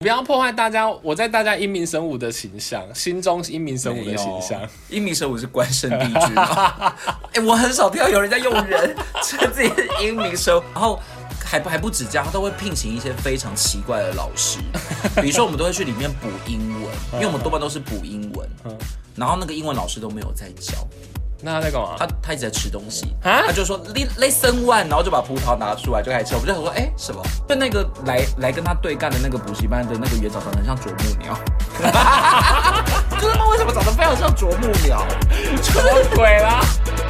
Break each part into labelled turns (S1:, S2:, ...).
S1: 不要破坏大家我在大家英明神武的形象，心中英明神武的形象。
S2: 英明神武是关圣帝君吗？我很少听到有人在用人称自己是英明神武，然后还不止这样，他都会聘请一些非常奇怪的老师，比如说我们都会去里面补英文，因为我们多半都是补英文，然后那个英文老师都没有在教。
S1: 那他在干嘛？
S2: 他一直在吃东西，他就说 Lesson 1，然后就把葡萄拿出来就开始吃。我就想说，什么？就那个来跟他对干的那个补习班的那个园长长得很像啄木鸟，就是他为什么长得非常像啄木鸟？
S1: 什么鬼啦？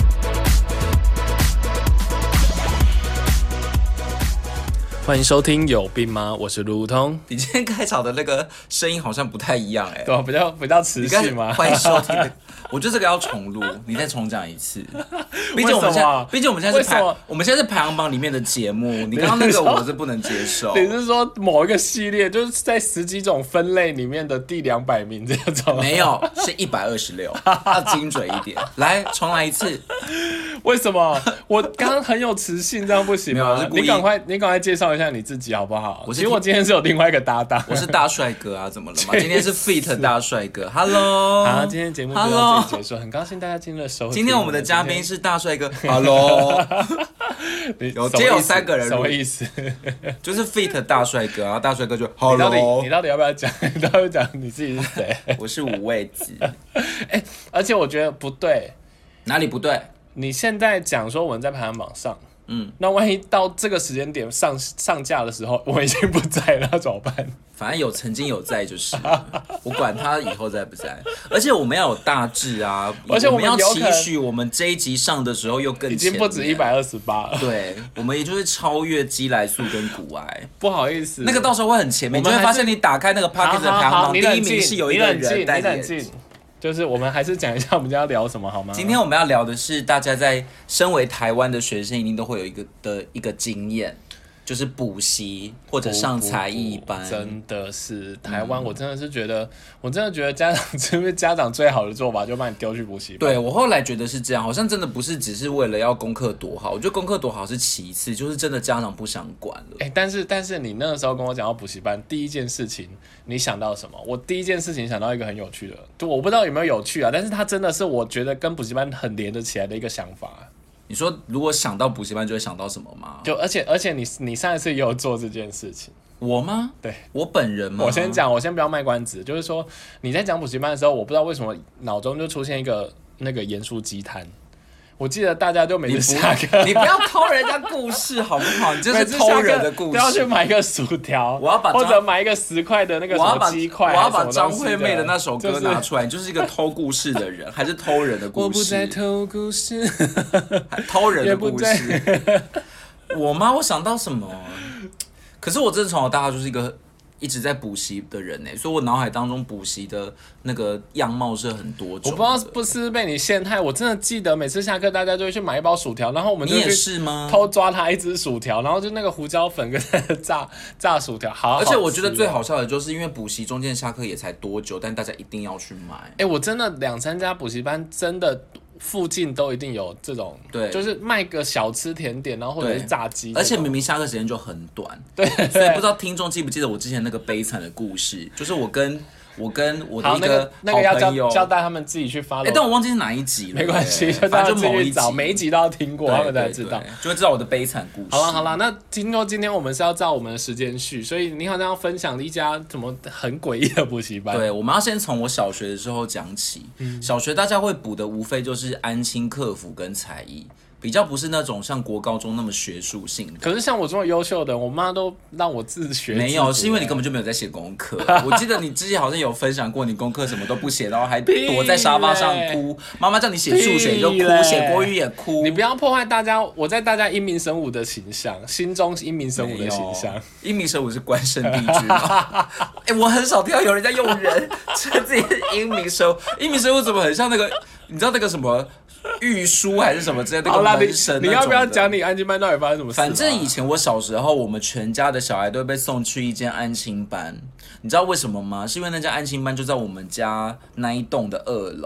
S1: 欢迎收听有病吗？我是路通。
S2: 你今天开场的那个声音好像不太一样
S1: 对，比较持续吗？
S2: 欢迎收听。我觉得这个要重录，你再重讲一次。毕竟我们现在是排行榜里面的节目，你刚刚那个我是不能接受。
S1: 你是说某一个系列，就是在10几种分类里面的第200名这种？
S2: 没有，是126，要精准一点。来，重来一次。
S1: 为什么？我刚刚很有磁性，这样不行吗？你赶快介绍一下你自己好不好？其实我今天是有另外一个搭档，
S2: 我是大帅哥啊，怎么了嘛？今天是 Fit 大帅哥 ，Hello。
S1: 好，今天节目就到这里结束，很高兴大家进入收听。
S2: 今天我们的嘉宾是大帅哥 ，Hello。今天有3个人，
S1: 什么意思？
S2: 就是 Fit 大帅哥，然后大帅哥就 Hello。
S1: 你到底要不要讲？你到底要讲你自己是谁？
S2: 我是五味子。
S1: 而且我觉得不对。
S2: 哪里不对？
S1: 你现在讲说我们在排行榜上，那万一到这个时间点上架的时候，我已经不在了，那怎么办？
S2: 反正曾经有在就是，我管他以后在不在。而且我们要有大志啊，而且我们要期许我们这一集上的时候又更前面，
S1: 已经不止128了。
S2: 对，我们也就是超越鸡来素跟骨癌。
S1: 不好意思，
S2: 那个到时候会很前面，你就会发现你打开那个 Podcast 的排行榜，第一名是有一个人戴眼镜。
S1: 就是我们还是讲一下我们今天要聊什么好吗？
S2: 今天我们要聊的是大家在身为台湾的学生一定都会有一个经验，就是补习或者上才艺班。
S1: 真的是台湾，我真的觉得家长是不是家长最好的做法就把你丢去补习班？
S2: 对，我后来觉得是这样，好像真的不是只是为了要功课多好，我觉得功课多好是其次，就是真的家长不想管了。
S1: 但是你那个时候跟我讲到补习班，第一件事情你想到什么？我第一件事情想到一个很有趣的，就我不知道有没有有趣啊，但是它真的是我觉得跟补习班很连得起来的一个想法。
S2: 你说如果想到补习班就会想到什么吗？
S1: 而且你上一次也有做这件事情。
S2: 我吗？
S1: 对，
S2: 我本人吗？
S1: 我先不要卖关子，就是说你在讲补习班的时候，我不知道为什么脑中就出现一个那个盐酥鸡摊。我记得大家就每次下课，
S2: 你不要偷人家故事好不好？你这是偷人的故事。
S1: 都要去买一个薯条，或者买一个10块的那个什么鸡块。
S2: 我要把张惠妹的那首歌拿出来，你就是一个偷故事的人，还是偷人的故事？
S1: 我不再偷故事，
S2: 还偷人的故事。我吗？我想到什么？可是我真的从小到大就是一个一直在补习的人所以我脑海当中补习的那个样貌是很多种的。我
S1: 不知道不是被你陷害，我真的记得每次下课大家就会去买一包薯条，然后我们就去偷抓他一只薯条，然后就那个胡椒粉跟那个炸薯条，好好吃。
S2: 而且我觉得最好笑的就是因为补习中间下课也才多久，但大家一定要去买。
S1: 我真的2-3家补习班真的。附近都一定有这种，对，就是卖个小吃甜点，然后或者是炸鸡，
S2: 而且明明下课时间就很短，
S1: 对，
S2: 所以不知道听众记不记得我之前那个悲惨的故事，就是我跟我的一个
S1: 那个要交代他们自己去follow，
S2: 但我忘记是哪一集了，
S1: 没关系，就大家自己去找，每一集都要听过，他们才知道，
S2: 就会知道我的悲惨故事。
S1: 好了，那今天我们是要照我们的时间序，所以你好像要分享一家怎么很诡异的补习班。
S2: 对，我们要先从我小学的时候讲起。小学大家会补的无非就是安亲客服跟才艺。比较不是那种像国高中那么学术性的。
S1: 可是像我这么优秀的，我妈都让我自学。
S2: 没有，是因为你根本就没有在写功课。我记得你之前好像有分享过，你功课什么都不写，然后还躲在沙发上哭。妈妈叫你写数学你就哭，写国语也哭。
S1: 你不要破坏我在大家英明神武的形象，心中英明神武的形象。
S2: 英明神武是关圣帝君吗？我很少听到有人在用人称自己是英明神武。英明神武怎么很像那个？你知道那个什么？玉书还是什么之类的，好啦，
S1: 你要不要讲你安亲班到底发生什么事？
S2: 反正以前我小时候，我们全家的小孩都会被送去一间安亲班，你知道为什么吗？是因为那家安亲班就在我们家那一栋的2楼。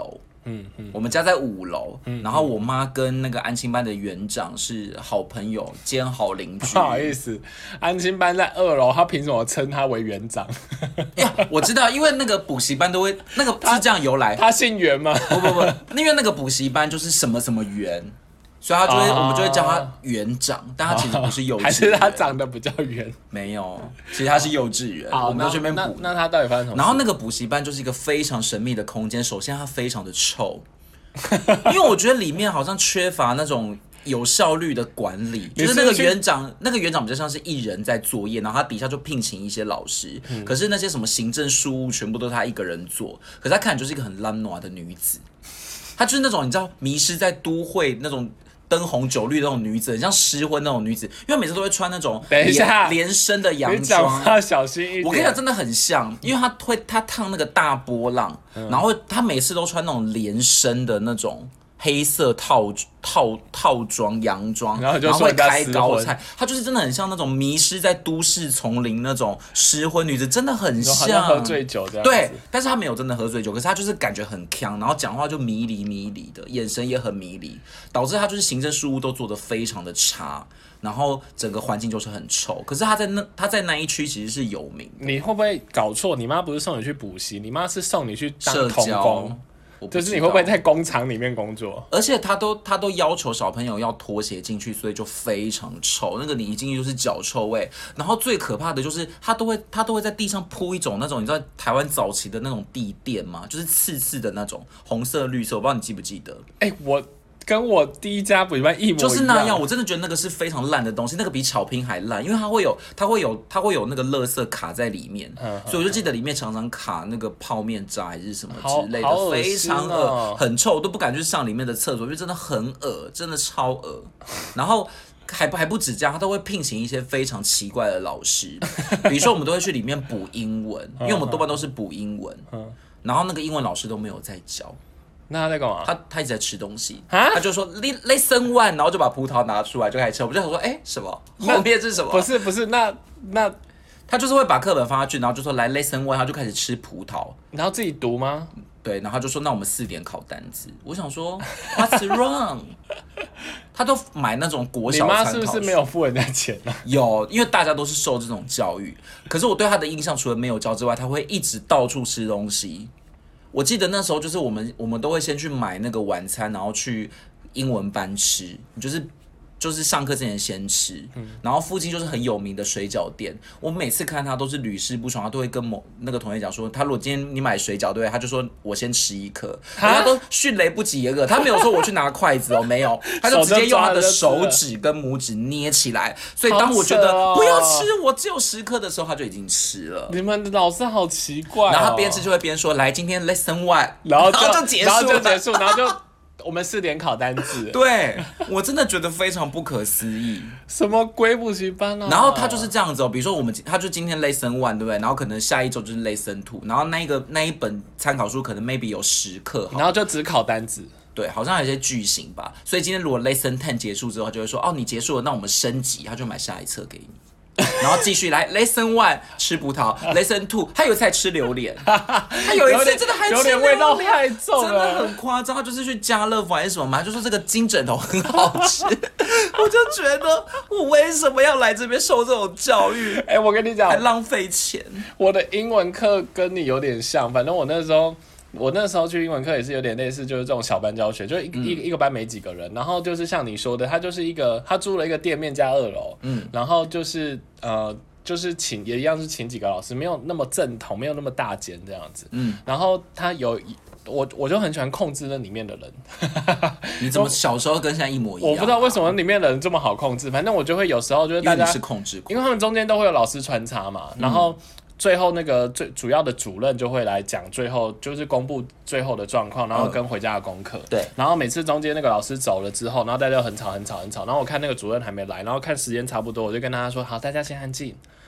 S2: 我们家在5楼，然后我妈跟那个安亲班的园长是好朋友兼好邻居。
S1: 不好意思，安亲班在2楼，他凭什么称他为园长？
S2: 呀，我知道，因为那个补习班都会那个是这样由来。
S1: 他姓袁吗？
S2: 不，因为那个补习班就是什么什么园。所以他就会，我们就会叫他园长，但他其实不是幼稚园，
S1: 还是他长得比较圆？
S2: 没有，其实他是幼稚园。我们就去那边补。
S1: 那他到底发生什么事？
S2: 然后那个补习班就是一个非常神秘的空间。首先，它非常的臭，因为我觉得里面好像缺乏那种有效率的管理。就是那个园长比较像是一人在作业，然后他底下就聘请一些老师。可是那些什么行政事务全部都是他一个人做。可是他看起来就是一个很懒惰的女子，她就是那种你知道迷失在都会那种。灯红酒绿的那种女子，很像失婚那种女子，因为每次都会穿那种连身的洋装。
S1: 你讲话小心一点。
S2: 我跟你讲，真的很像，因为她烫那个大波浪，然后她每次都穿那种连身的那种黑色套装洋装，
S1: 然后
S2: 会开高菜，她就是真的很像那种迷失在都市丛林那种失婚女子，真的很像
S1: 喝醉酒这样子。
S2: 对，但是她没有真的喝醉酒，可是她就是感觉很呛，然后讲话就迷离的，眼神也很迷离，导致她就是行政事务都做得非常的差，然后整个环境就是很臭。可是她在那一区其实是有名的。
S1: 你会不会搞错？你妈不是送你去补习，你妈是送你去当童工。就是你会不会在工厂里面工作？
S2: 而且他都要求小朋友要拖鞋进去，所以就非常臭。那个你一进去就是脚臭味。然后最可怕的就是他都会在地上铺一种那种你知道台湾早期的那种地垫吗？就是刺的那种红色绿色，我不知道你记不记得？
S1: 我跟我第一家补习班一模一样，
S2: 就是那样。我真的觉得那个是非常烂的东西，那个比巧拼还烂，因为它会有那个垃圾卡在里面，所以我就记得里面常常卡那个泡面渣还是什么之类的，非常恶，很臭，我都不敢去上里面的厕所，因为真的很恶，真的超恶。然后还不止这样，他都会聘请一些非常奇怪的老师，比如说我们都会去里面补英文，因为我们多半都是补英文，然后那个英文老师都没有在教。
S1: 那他在干嘛？
S2: 他一直在吃东西，他就说 Lesson 1，然后就把葡萄拿出来就开始吃。我就想说，什么？后面是什么？
S1: 不是，那
S2: 他就是会把课本放下去，然后就说来 Lesson 1，他就开始吃葡萄，
S1: 然后自己读吗？
S2: 对，然后他就说那我们4点考单字。我想说 What's wrong？ 他都买那种国小参考书。
S1: 你妈是不是没有付人家钱啊？
S2: 有，因为大家都是受这种教育。可是我对他的印象除了没有教之外，他会一直到处吃东西。我记得那时候就是我们都会先去买那个晚餐，然后去英文班吃，就是上课之前先吃，然后附近就是很有名的水饺店，我每次看他都是屡试不爽，他都会跟那个同学讲说，他如果今天你买水饺对，他就说我先吃1颗，他都迅雷不及掩耳，他没有说我去拿筷子没有，他就直接用他的手指跟拇指捏起来，所以当我觉得不要吃，我只有10颗的时候，他就已经吃了。
S1: 你们的老师好奇怪
S2: 然后他边吃就会边说，来今天 Lesson 1，
S1: 然后
S2: 就结束，
S1: 然后就。我们4点考单字，
S2: 对我真的觉得非常不可思议，
S1: 什么鬼补习班啊？
S2: 然后他就是这样子比如说他就今天 Lesson 1，对不对？然后可能下一周就是 Lesson 2，然后那一本参考书可能 maybe 有10课，
S1: 然后就只考单字，
S2: 对，好像有些句型吧。所以今天如果 Lesson 10结束之后，他就会说你结束了，那我们升级，他就买下一册给你。然后继续来 Lesson 1吃葡萄，Lesson 2他有一次还吃榴莲，他有一次真的还吃榴莲，
S1: 味道太重了，
S2: 真的很夸张。他就是去家乐福还是什么嘛，他就说这个金枕头很好吃，我就觉得我为什么要来这边受这种教育？
S1: 我跟你讲，
S2: 还浪费钱。
S1: 我的英文课跟你有点像，反正我那时候去英文课也是有点类似，就是这种小班教学，就一个班没几个人，然后就是像你说的，他租了一个店面加2楼，然后就是也一样是请几个老师，没有那么正统，没有那么大间这样子，然后他我就很喜欢控制那里面的人。
S2: 你怎么小时候跟现在一模一样？
S1: 我不知道为什么里面的人这么好控制，反正我就会有时候就是大家
S2: 因为你是控制狂，
S1: 因为他们中间都会有老师穿插嘛，然后。最后那个最主要的主任就会来讲，最后就是公布最后的状况，然后跟回家的功课。
S2: 对。
S1: 然后每次中间那个老师走了之后，然后大家就很吵，然后我看那个主任还没来，然后看时间差不多，我就跟大家说：好，大家先安静。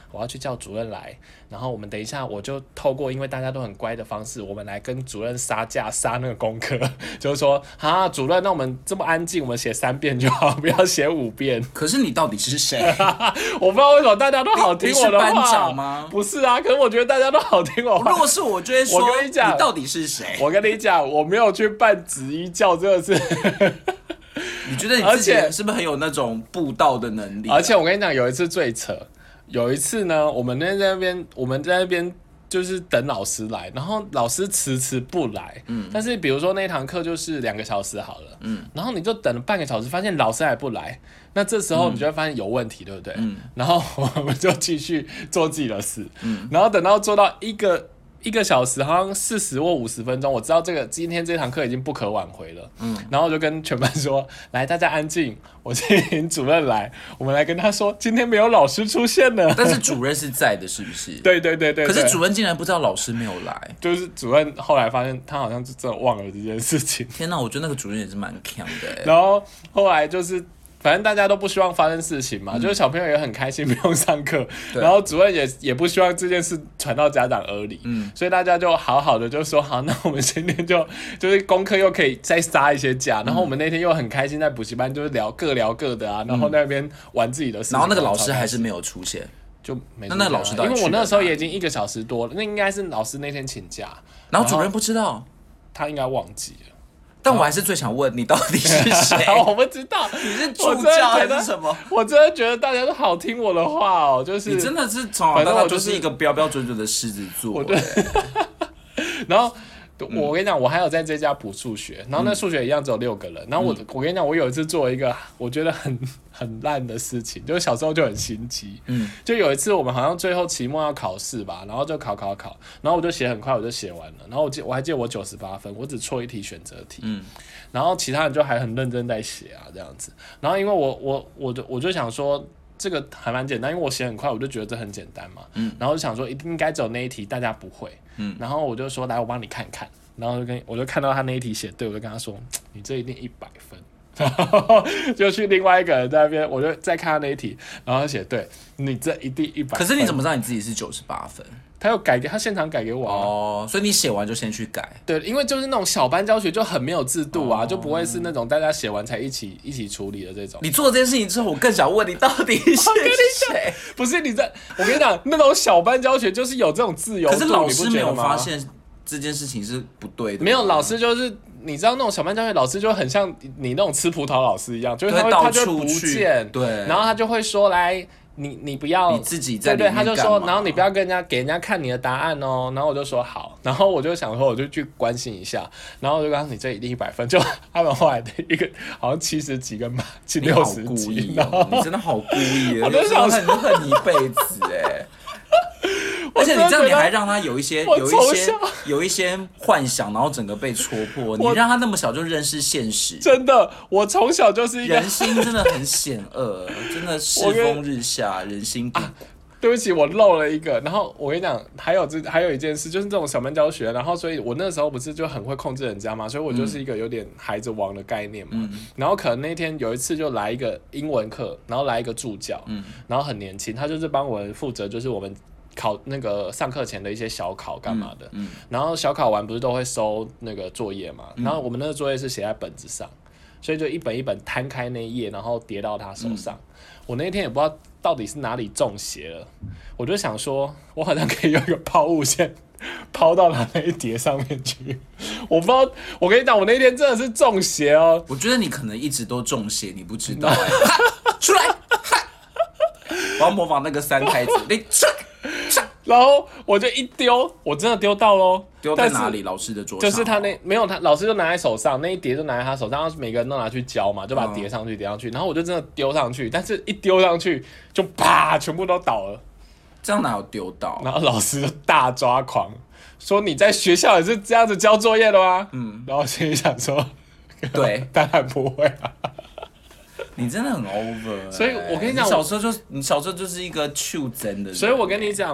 S1: 我要去叫主任来，然后我们等一下我就透过因为大家都很乖的方式，我们来跟主任杀价杀那个功课，就是说啊主任，那我们这么安静，我们写3遍就好，不要写5遍。
S2: 可是你到底是谁？
S1: 我不知道为什么大家都好听我的话。
S2: 你是班长吗？
S1: 不是啊，可是我觉得大家都好听我话。
S2: 如果是我就会说，
S1: 我跟你讲，
S2: 你到底是谁？
S1: 我跟你讲，我没有去办紫衣教，真的是。
S2: 你觉得你自己是不是很有那种布道的能力？
S1: 而且我跟你讲，有一次最扯，有一次呢，我们在那边就是等老师来，然后老师迟不来，但是比如说那一堂课就是2个小时好了，然后你就等了半个小时，发现老师还不来，那这时候你就会发现有问题，对不对？然后我们就继续做自己的事，然后等到做到一个小时，好像40或50分钟，我知道今天这堂课已经不可挽回了。然后我就跟全班说：“来，大家安静，我请主任来，我们来跟他说，今天没有老师出现呢。”
S2: 但是主任是在的，是不是？
S1: 对。
S2: 可是主任竟然不知道老师没有来，
S1: 就是主任后来发现他好像是真的忘了这件事情。
S2: 天哪，我觉得那个主任也是蛮强的。
S1: 然后后来就是。反正大家都不希望发生事情嘛，就是小朋友也很开心不用上课，然后主任也不希望这件事传到家长耳里，所以大家就好好的就说好，那我们今天就是功课又可以再杀一些假，然后我们那天又很开心在补习班就是各聊各的啊，然后那边玩自己的事情，
S2: 然后那个老师还是没有出现，
S1: 就没。
S2: 那个老师到底去了哪里？
S1: 因为我那时候也已经1个小时多了，那应该是老师那天请假，
S2: 然后主任不知道，
S1: 他应该忘记了。
S2: 但我还是最想问你到底是谁？
S1: 我不知道
S2: 你是助教还是什么？
S1: 我真的觉得大家都好听我的话哦，就是
S2: 你真的是从小到大就是一个标标准准的狮子座。
S1: 然后我跟你讲，我还有在这家补数学，然后那数学一样只有6个人。然后我跟你讲，我有一次做了一个我觉得很烂的事情，就是小时候就很心机。就有一次我们好像最后期末要考试吧，然后就考，然后我就写很快我就写完了，然后我还记得我98分，我只错1题选择题。然后其他人就还很认真在写啊这样子。然后因为我就想说。这个还蛮简单，因为我写很快，我就觉得这很简单嘛。然后就想说应该只有那一题大家不会。然后我就说来，我帮你看看。然后我就看到他那一题写对，我就跟他说你这一定100分。然后就去另外一个人在那边，我就再看他那一题，然后他写对，你这一定100分。
S2: 可是你怎么知道你自己是98分？
S1: 他现场改给我
S2: 哦，所以你写完就先去改。
S1: 对，因为就是那种小班教学就很没有制度啊，就不会是那种大家写完才一起处理的这种。
S2: 你做这件事情之后，我更想问你到底是谁？
S1: 不是我跟你讲，那种小班教学就是有这种自由度，
S2: 可是老师没有发现这件事情是不对的。
S1: 没有，老师就是你知道那种小班教学老师就很像你那种吃葡萄老师一样，就是他就会不见，
S2: 对，
S1: 然后他就会说来。你不要
S2: 你自己在里面
S1: 对，他就说，然后你不要给人家看你的答案哦，然后我就说好，然后我就想说我就去关心一下，然后我就告诉你这一定100分，就他们后来的一个好像70几个嘛，60几，然后
S2: 你真的好故意，
S1: 我就想说
S2: 恨你一辈子哎。而且你这样，你还让他有一些幻想，然后整个被戳破。你让他那么小就认识现实，
S1: 真的，我从小就是一个
S2: 人心真的很险恶，真的世风日下，人心不古。
S1: 对不起，我漏了一个。然后我跟你讲，还有一件事，就是这种小班教学。然后，所以我那时候不是就很会控制人家嘛，所以我就是一个有点孩子王的概念嘛。然后可能那天有一次就来一个英文课，然后来一个助教，然后很年轻，他就是帮我们负责，就是我们考那个上课前的一些小考干嘛的。然后小考完不是都会收那个作业嘛？然后我们那个作业是写在本子上，所以就一本一本摊开那一页，然后叠到他手上。我那天也不知道到底是哪里中邪了，我就想说，我好像可以用一个抛物线抛到他那一叠上面去。我不知道，我跟你讲，我那天真的是中邪哦。
S2: 我觉得你可能一直都中邪，你不知道。出来！我要模仿那个三太子，你
S1: 然后我就一丢，我真的丢到咯。
S2: 丢在哪里？老师的桌上。
S1: 就是他没有他，老师就拿在手上，那一叠就拿在他手上，然后每个人都拿去教嘛，就把它叠上去，叠上去。然后我就真的丢上去，但是一丢上去就啪，全部都倒了。
S2: 这样哪有丢到？
S1: 然后老师就大抓狂，说你在学校也是这样子交作业的吗？然后心里想说，
S2: 对，
S1: 当然不会啊。
S2: 你真的很 over，
S1: 所以我跟你讲，
S2: 你小时候就是一个畜真的人，
S1: 所以我跟你讲，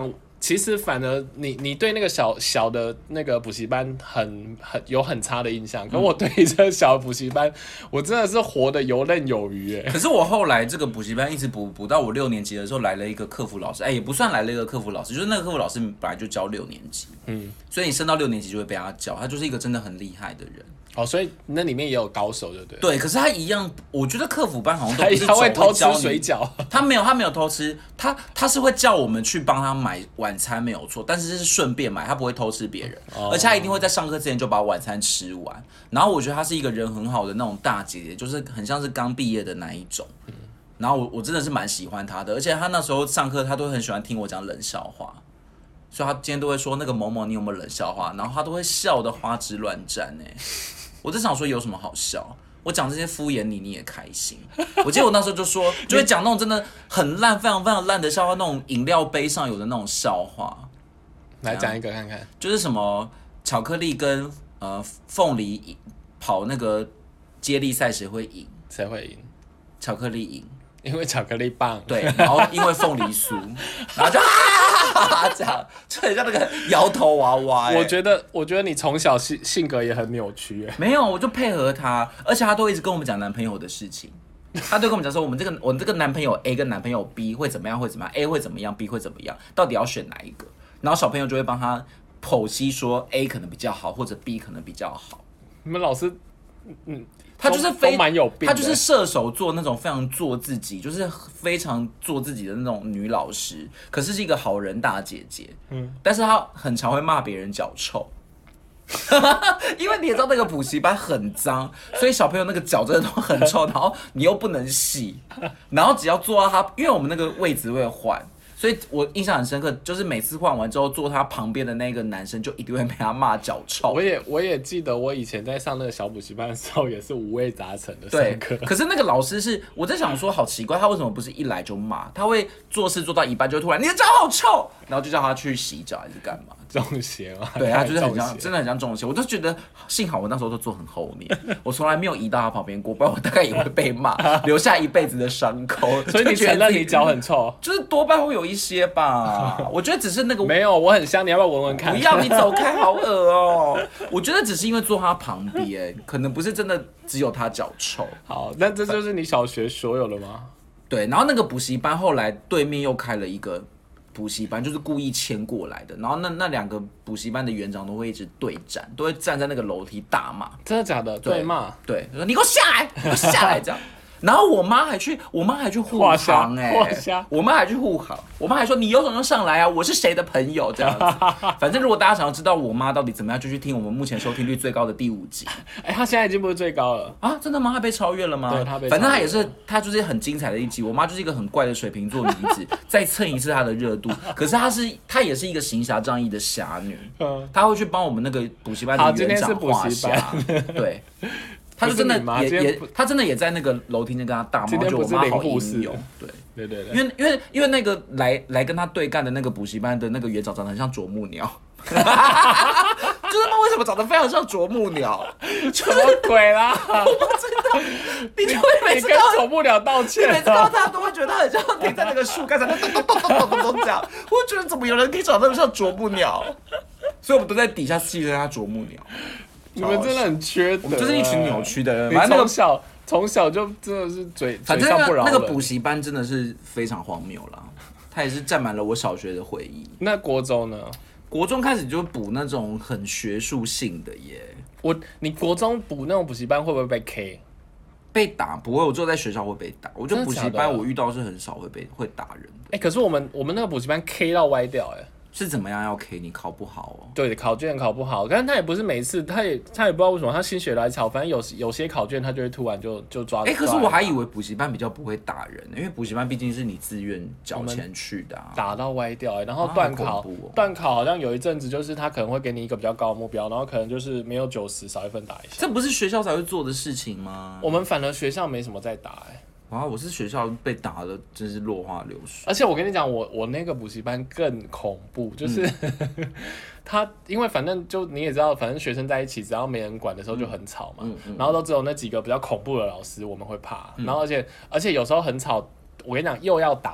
S1: 其实反而你对那个小的那个补习班有很差的印象，可我对这个小的补习班，我真的是活得游刃有余哎。
S2: 可是我后来这个补习班一直补到我6年级的时候，来了一个客服老师，也不算来了一个客服老师，就是那个客服老师本来就教6年级，所以你升到6年级就会被他教，他就是一个真的很厉害的人。
S1: 哦，所以那里面也有高手，对不对？
S2: 对，可是他一样，我觉得客服班好像都不是
S1: 他会偷吃水饺，
S2: 他没有偷吃，他是会叫我们去帮他买晚餐没有错，但是是顺便买，他不会偷吃别人，而且他一定会在上课之前就把晚餐吃完。然后我觉得他是一个人很好的那种大姐姐，就是很像是刚毕业的那一种。然后我真的是蛮喜欢他的，而且他那时候上课他都很喜欢听我讲冷笑话。所以他今天都会说那个某某你有没有冷笑话，然后他都会笑得花枝乱颤我在想说有什么好笑？我讲这些敷衍你也开心。我记得我那时候就说，就会讲那种真的很烂、非常非常烂的笑话，那种饮料杯上有的那种笑话。
S1: 来讲一个看看，
S2: 就是什么巧克力跟凤梨跑那个接力赛，谁会赢？
S1: 谁会赢？
S2: 巧克力赢。
S1: 因为巧克力棒，
S2: 对，然后因为凤梨酥，然后就这样，就很像那个摇头娃娃。
S1: 我觉得你从小性格也很扭曲
S2: 没有，我就配合他，而且他都一直跟我们讲男朋友的事情。他都跟我们讲说，我这个男朋友 A 跟男朋友 B 会怎么样，A 会怎么样 ，B 会怎么样，到底要选哪一个？然后小朋友就会帮他剖析说 A 可能比较好，或者 B 可能比较好。
S1: 你们老师，
S2: 他就是
S1: 蛮有病的，
S2: 他就是射手座那种非常做自己，就是非常做自己的那种女老师，可是是一个好人大姐姐。但是她很常会骂别人脚臭。因为你也知道那个补习班很脏，所以小朋友那个脚真的都很臭，然后你又不能洗，然后只要坐到他，因为我们那个位置会换。所以我印象很深刻，就是每次换完之后，坐他旁边的那个男生就一定会被他骂脚臭。
S1: 我也记得我以前在上那个小补习班的时候，也是五味杂陈的上课。
S2: 可是那个老师是我在想说，好奇怪，他为什么不是一来就骂？他会做事做到一半就会突然你的脚好臭，然后就叫他去洗脚还是干嘛？
S1: 中邪嘛？
S2: 对，他就是很像，真的很像中邪。我就觉得幸好我那时候都坐很后面，我从来没有移到他旁边过，不然我大概也会被骂，留下一辈子的伤口。
S1: 所以你承认你脚很臭？
S2: 就是多半会有一些吧。我觉得只是那个
S1: 没有，我很香，你要不要闻闻看？
S2: 不要，你走开，好恶哦。我觉得只是因为坐他旁边，可能不是真的只有他脚臭。
S1: 好，那这就是你小学所有的吗？
S2: 对，然后那个补习班后来对面又开了一个补习班，就是故意迁过来的。然后那2个补习班的园长都会一直对战，都会站在那个楼梯大骂。
S1: 真的假的？对骂？
S2: 对，说你给我下来，你给我下来这样。然后我妈还去护航我妈还去护航，我妈还说你有种就上来啊，我是谁的朋友这样子。反正如果大家想要知道我妈到底怎么样，就去听我们目前收听率最高的第5集。
S1: 她现在已经不是最高了
S2: 啊？真的吗？她被超越了吗？
S1: 对，她被超越了。
S2: 反正她就是很精彩的一集。我妈就是一个很怪的水瓶座女子，再蹭一次她的热度。可是她也是一个行侠仗义的侠女，她会去帮我们那个补习班的园长画虾。对。他就真的他真的也在那个楼梯间跟他大骂，就我妈好英勇，
S1: 对，
S2: 因为那个来跟他对干的那个补习班的那个园长长得很像啄木鸟，就是他为什么长得非常像啄木鸟？
S1: 什么鬼啦？
S2: 我不知道，你就会每次
S1: 跟啄木鸟道歉，
S2: 你每次看到他都会觉得他很像停在那个树干上，咚这样，我觉得怎么有人可以长得那么像啄木鸟？所以我们都在底下戏称他啄木鸟。
S1: 你们真的很缺德，
S2: 我们就是一群扭曲的人。
S1: 反正从小就真的是嘴上不饶人。
S2: 那个补习班真的是非常荒谬啦，它也是占满了我小学的回忆。
S1: 那国中呢？
S2: 国中开始就补那种很学术性的耶。
S1: 你国中补那种补习班会不会被 K？
S2: 被打不会，我只有在学校会被打。我觉得补习班我遇到是很少会打人的。
S1: 可是我们那个补习班 K 到歪掉
S2: 是怎么样要 K 你考不好哦？
S1: 对，考卷考不好，但是他也不是每次，他也不知道为什么他心血来潮，反正有些考卷他就会突然就抓。
S2: 可是我还以为补习班比较不会打人，因为补习班毕竟是你自愿缴钱去的
S1: 打到歪掉然后段考，段考好像有一阵子就是他可能会给你一个比较高的目标，然后可能就是没有90少1分打一下。
S2: 这不是学校才会做的事情吗？
S1: 我们反而学校没什么在打
S2: 哇！我是学校被打的，真是落花流水。
S1: 而且我跟你讲，我那个补习班更恐怖，就是、他因为反正就你也知道，反正学生在一起，只要没人管的时候就很吵嘛。然后都只有那几个比较恐怖的老师我们会怕，然后而且有时候很吵，我跟你讲又要打，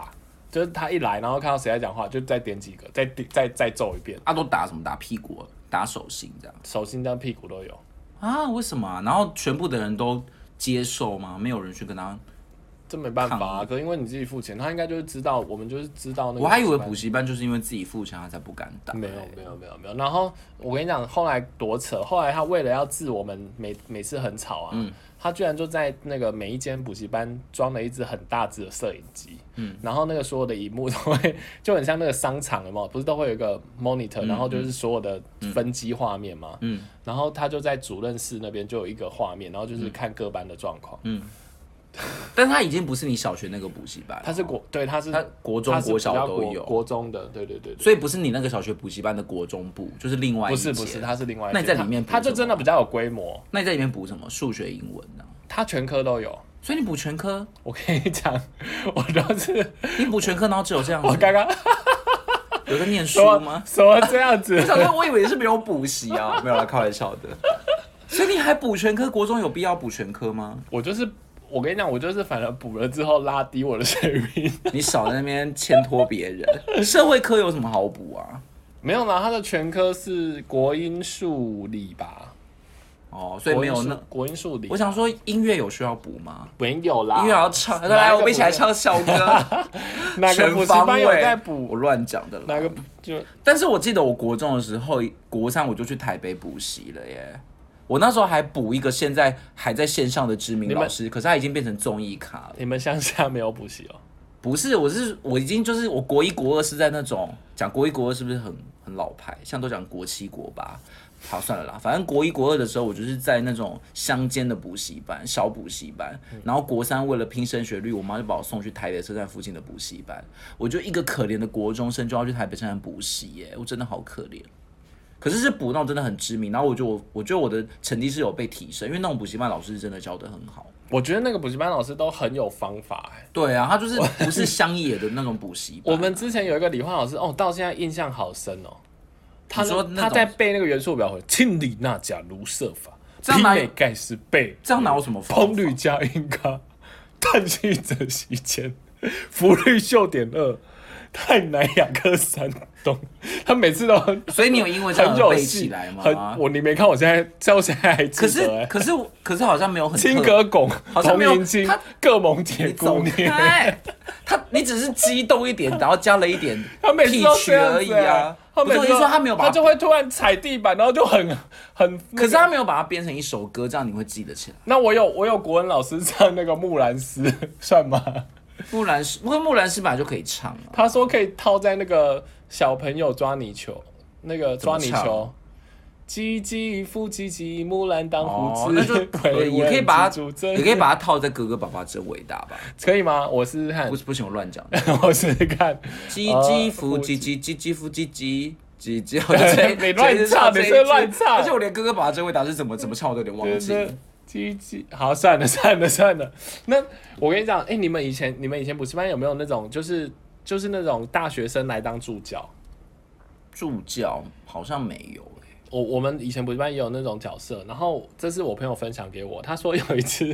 S1: 就是他一来，然后看到谁在讲话，就再点几个，再揍一遍。
S2: 都打什么？打屁股、打手心这样？
S1: 手心跟屁股都有
S2: 啊？为什么啊？然后全部的人都接受吗？没有人去跟他？
S1: 这没办法啊，可因为你自己付钱，他应该就是知道，我们就是知道那个。
S2: 我还以为补习班就是因为自己付钱，他才不敢打。
S1: 没有。然后我跟你讲，后来多扯，后来他为了要治我们每次很吵啊，他居然就在那个每一间补习班装了一只很大只的摄影机，然后那个所有的荧幕都会就很像那个商场的嘛，不是都会有一个 monitor，然后就是所有的分机画面嘛，然后他就在主任室那边就有一个画面，然后就是看各班的状况，
S2: 但他已经不是你小学那个补习班了，
S1: 他是他
S2: 国中国小都有，
S1: 国中的，对，
S2: 所以不是你那个小学补习班的国中部，就是另外一间。
S1: 不是，他是另外一间。
S2: 那你在里面补什么？
S1: 他就真的比较有规模。
S2: 那你在里面补什么？数学、英文呢？
S1: 他全科都有，
S2: 所以你补全科？
S1: 我跟你讲，我就是
S2: 你补全科，然后只有这样子。
S1: 我刚刚
S2: 有在念书吗？
S1: 什么这样子？
S2: 我想说，我以为是没有补习啊，没有啦，开玩笑的。所以你还补全科？国中有必要补全科吗？
S1: 我跟你讲，我就是反而补了之后拉低我的水平。
S2: 你少在那边牵拖别人。社会科有什么好补啊？
S1: 没有啦，他的全科是国英数理吧？
S2: 哦，所以没有那
S1: 国英数理。
S2: 我想说音乐有需要补吗？
S1: 没有啦，
S2: 音乐要唱，来我们一起来唱校歌。
S1: 哪个补习班有在补？
S2: 我乱讲的啦。
S1: 哪个就？
S2: 但是我记得我国中的时候，国3我就去台北补习了耶。我那时候还补一个现在还在线上的知名老师，可是他已经变成综艺咖了。
S1: 你们乡下没有补习哦？
S2: 不是，我已经就是我国1国2是在那种讲国1国2是不是很老牌？像都讲国7国8。好，算了啦，反正国1国2的时候，我就是在那种乡间的补习班、小补习班，然后国3为了拼升学率，我妈就把我送去台北车站附近的补习班。我就一个可怜的国中生就要去台北车站补习耶，我真的好可怜。可是补那种真的很知名，然后我觉得我的成绩是有被提升，因为那种补习班老师是真的教得很好。
S1: 我觉得那个补习班老师都很有方法
S2: 对啊，他就是不是乡野的那种补习班。
S1: 我们之前有一个理化老师，到现在印象好深哦。他在背那个元素表回氢锂钠钾卢铯法，媲美钙是背，
S2: 这样哪有什么方法？
S1: 硼氯加英咖，碳气锗硒铅，氟氯溴碘2。氦氖氩氪3氡，他每次都
S2: 所以你有英文这样背起来吗？
S1: 你没看我现在还记得
S2: 可是好像没有很
S1: 氢镉汞，
S2: 好像没有
S1: 氢铬锰铁钴镍。
S2: 你只是激动一点，然后加了一点
S1: 他每次都
S2: 这样而已啊。
S1: 他每次说
S2: 他没有把
S1: 他就会突然踩地板，然后就很。
S2: 可是他没有把它编成一首歌，这样你会记得起来。
S1: 那我有国文老师唱那个木兰诗，算吗？
S2: 木兰诗本来就可以唱啊。
S1: 他说可以套在那个小朋友抓泥球，那个抓泥球，唧唧复唧唧，木兰当户织。
S2: 那就也可以把它套在哥哥爸爸真伟大吧？
S1: 可以吗？我试试看。
S2: 不行，我乱讲。
S1: 我试试看。
S2: 唧唧复唧唧，唧唧复唧唧。
S1: 你乱唱，你是乱唱。
S2: 而且我连哥哥爸爸真伟大是怎么唱，我都有点忘记了。
S1: 好，算了。那我跟你讲，你们以前补习班有没有那种就是那种大学生来当助教？
S2: 助教好像没有
S1: 我们以前补习班也有那种角色，然后这是我朋友分享给我，他说有一次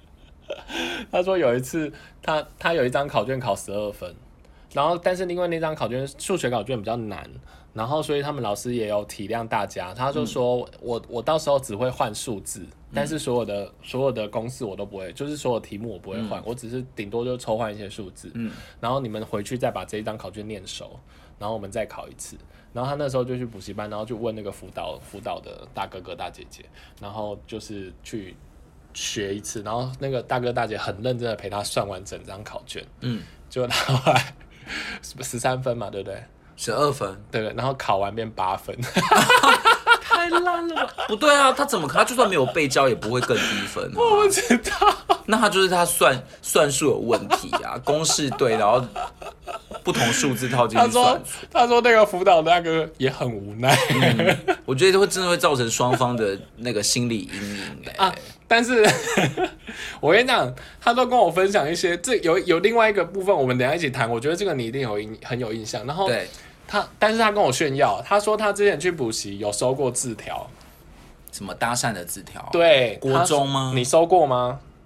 S1: 他有一张考卷考12分，然后但是因为那张考卷数学考卷比较难。然后，所以他们老师也有体谅大家，他就说我到时候只会换数字，但是所有的公式我都不会，就是所有题目我不会换，我只是顶多就抽换一些数字，然后你们回去再把这一张考卷念熟，然后我们再考一次。然后他那时候就去补习班，然后就问那个辅导的大哥哥大姐姐，然后就是去学一次，然后那个大哥大姐很认真的陪他算完整张考卷，就他后来13分嘛，对不对
S2: ？12分，
S1: 对，然后考完变8分，
S2: 太烂了吧？不对啊，他怎么他就算没有被教也不会更低分啊。
S1: 我不知道，
S2: 那他就是他算术有问题啊，公式对，然后不同数字套进去算。
S1: 他说那个辅导那个也很无奈，
S2: 我觉得真的会造成双方的那个心理阴影啊。
S1: 但是我跟你讲，他都跟我分享一些，这有另外一个部分，我们等一下一起谈。我觉得这个你一定很有印象。然后
S2: 对。
S1: 但是他跟我炫耀，他说他之前去补习有收过字条，
S2: 什么搭讪的字条？
S1: 对，
S2: 国中吗？
S1: 你收过吗？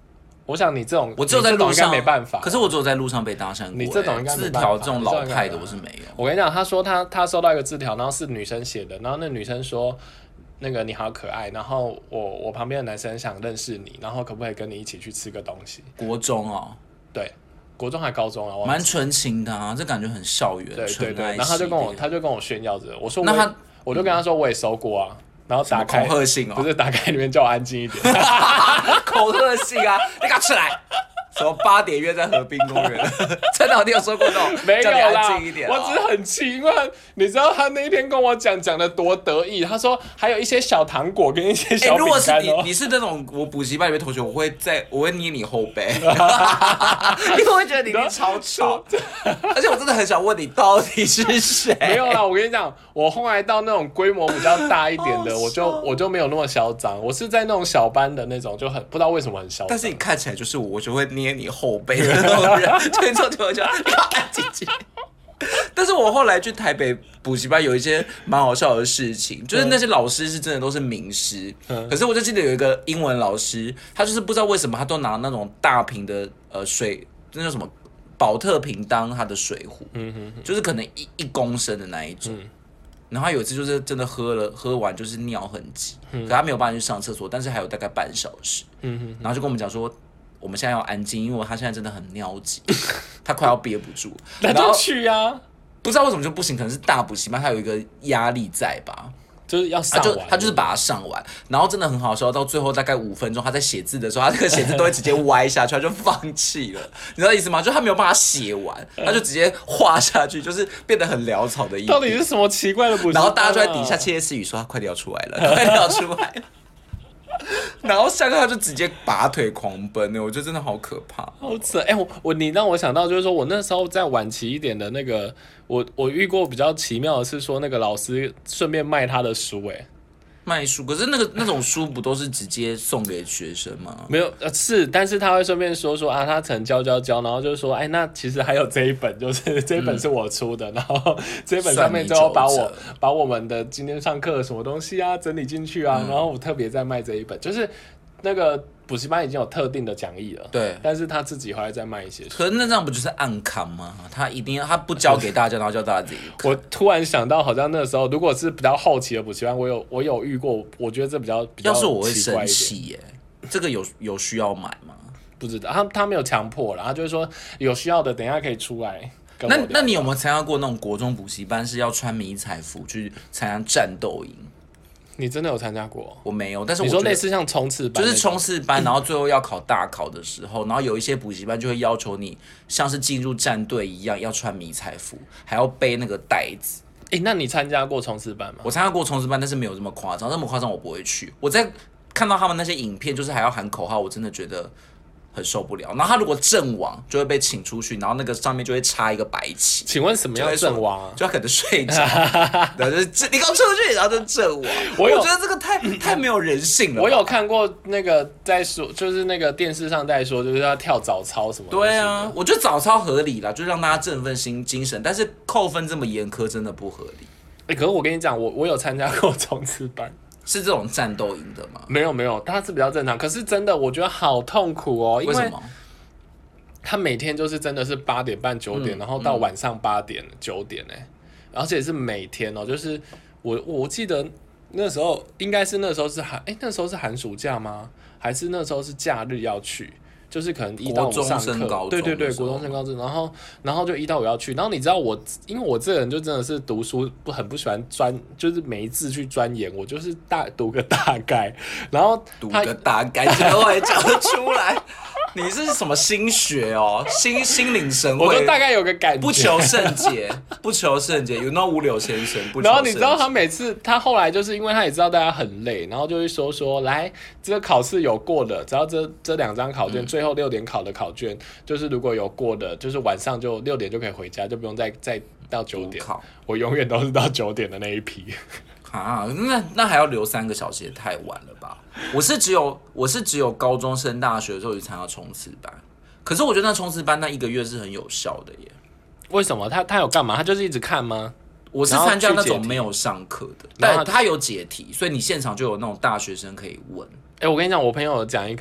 S1: 我想你这种，
S2: 我只有在路上
S1: 没办法。
S2: 可是我只有在路上被搭讪过。
S1: 你这种应该
S2: 字条这种老派的我是没有。
S1: 我跟你讲，他说他收到一个字条，然后是女生写的，然后那女生说。那个你好可爱，然后我旁边的男生想认识你，然后可不可以跟你一起去吃个东西？
S2: 国中哦，
S1: 对，国中还高中啊，
S2: 蛮纯情的啊，这感觉很校园。
S1: 对，然后他就跟我炫耀着，我说我就跟他说我也收过啊，然后打开
S2: 恐吓信哦，
S1: 不是打开里面叫我安静一点，
S2: 恐吓信啊，你给我起来。什么8点约在河滨公园？真的，你有说过那种？
S1: 没有啦，
S2: 安静一点
S1: 我只是很气，因为你知道他那一天跟我讲的多得意，他说还有一些小糖果跟一些小饼干。如果
S2: 是你是那种我补习班里面同学，我会捏你后背，因为我会觉得你超吵，而且我真的很想问你到底是谁？
S1: 没有啦，我跟你讲，我后来到那种规模比较大一点的，我就没有那么嚣张，我是在那种小班的那种，就很不知道为什么很嚣张。
S2: 但是你看起来就是我就会捏你后背的那种人，对，错，你要安静静。但是我后来去台北补习班，有一些蛮好笑的事情，就是那些老师是真的都是名师，可是我就记得有一个英文老师，他就是不知道为什么他都拿那种大瓶的水，那叫什么宝特瓶当他的水壶，就是可能1公升的那一种。然后他有一次就是真的喝完就是尿很急，可他没有办法去上厕所，但是还有大概半小时，然后就跟我们讲说。我们现在要安静，因为他现在真的很尿急，他快要憋不住。
S1: 那就去啊！
S2: 不知道为什么就不行，可能是大补习班，他有一个压力在吧？
S1: 就是要上完，
S2: 他就是把它上完，然后真的很好笑。到最后大概5分钟，他在写字的时候，他这个写字都会直接歪下去，他就放弃了。你知道意思吗？就他没有办法写完，他就直接画下去，就是变得很潦草的意思。
S1: 到底是什么奇怪的补习班？
S2: 然后大家就在底下窃窃私语说他快点要出来了，快点要出来了。然后下课他就直接拔腿狂奔，我觉得真的好可怕，
S1: 好扯！你让我想到就是说我那时候在晚期一点的那个，我遇过比较奇妙的是说那个老师顺便卖他的书，
S2: 卖书，可是那种书不都是直接送给学生吗？
S1: 没有，是，但是他会顺便说啊，他曾教，然后就说，那其实还有这一本，就是这一本是我出的，然后这一本上面就要把我们的今天上课的什么东西啊整理进去啊，然后我特别在卖这一本，就是那个补习班已经有特定的讲义了，
S2: 对，
S1: 但是他自己还在卖一些书。
S2: 可是那这样不就是暗扛吗？他一定他不教给大家，然后叫大家自己看。
S1: 我突然想到，好像那时候如果是比较后期的补习班，我有遇过，我觉得这比较
S2: 要是我会生气耶。这个有需要买吗？
S1: 不知道，他没有强迫啦，他就是说有需要的等一下可以出来。
S2: 那你有没有参加过那种国中补习班是要穿迷彩服去参加战斗营？
S1: 你真的有参加过？
S2: 我没有，但是
S1: 你说类似像冲刺班，
S2: 就是冲刺班，然后最后要考大考的时候，然后有一些补习班就会要求你像是进入战队一样，要穿迷彩服，还要背那个袋子。
S1: 那你参加过冲刺班吗？
S2: 我参加过冲刺班，但是没有这么夸张，那么夸张我不会去。我在看到他们那些影片，就是还要喊口号，我真的觉得很受不了。然后他如果阵亡，就会被请出去，然后那个上面就会插一个白旗。
S1: 请问什么样阵亡啊？
S2: 就他可能睡着，就是你给我出去，然后就阵亡。我觉得这个太没有人性了。
S1: 我有看过那个在说，就是那个电视上在说，就是要跳早操什么的。
S2: 对啊，我觉得早操合理啦，就让大家振奋精神，但是扣分这么严苛，真的不合理。
S1: 可是我跟你讲，我有参加过冲刺班。
S2: 是这种战斗营的吗？
S1: 没有，它是比较正常。可是真的，我觉得好痛苦哦，因为他每天就是真的是8点半9点，然后到晚上8点9点而且是每天哦，就是我记得那时候应该是那时候是那时候是寒暑假吗？还是那时候是假日要去？就是可能1到5上课，对，国中升高中，然后就1到5要去，然后你知道因为我这个人就真的是读书很不喜欢就是每一字去钻研，我就是读个大概，然后
S2: 读个大概，怎么会讲得出来？你是什么心学哦？心领神会，
S1: 我都大概有个感觉。
S2: 不求甚解，不求甚解。有那五柳先生，不求甚解。
S1: 然后你知道他后来就是因为他也知道大家很累，然后就会说来这个考试有过的，只要这2张考卷，最后6点考的考卷，就是如果有过的，就是晚上就6点就可以回家，就不用再到9点。我永远都是到9点的那一批。
S2: 啊，那还要留3个小时，也太晚了吧？我是只有高中升大学的时候去参加冲刺班，可是我觉得那冲刺班那1个月是很有效的耶。
S1: 为什么？他有干嘛？他就是一直看吗？
S2: 我是参加那种没有上课的，但他有解题，所以你现场就有那种大学生可以问。
S1: 我跟你讲，我朋友有讲一个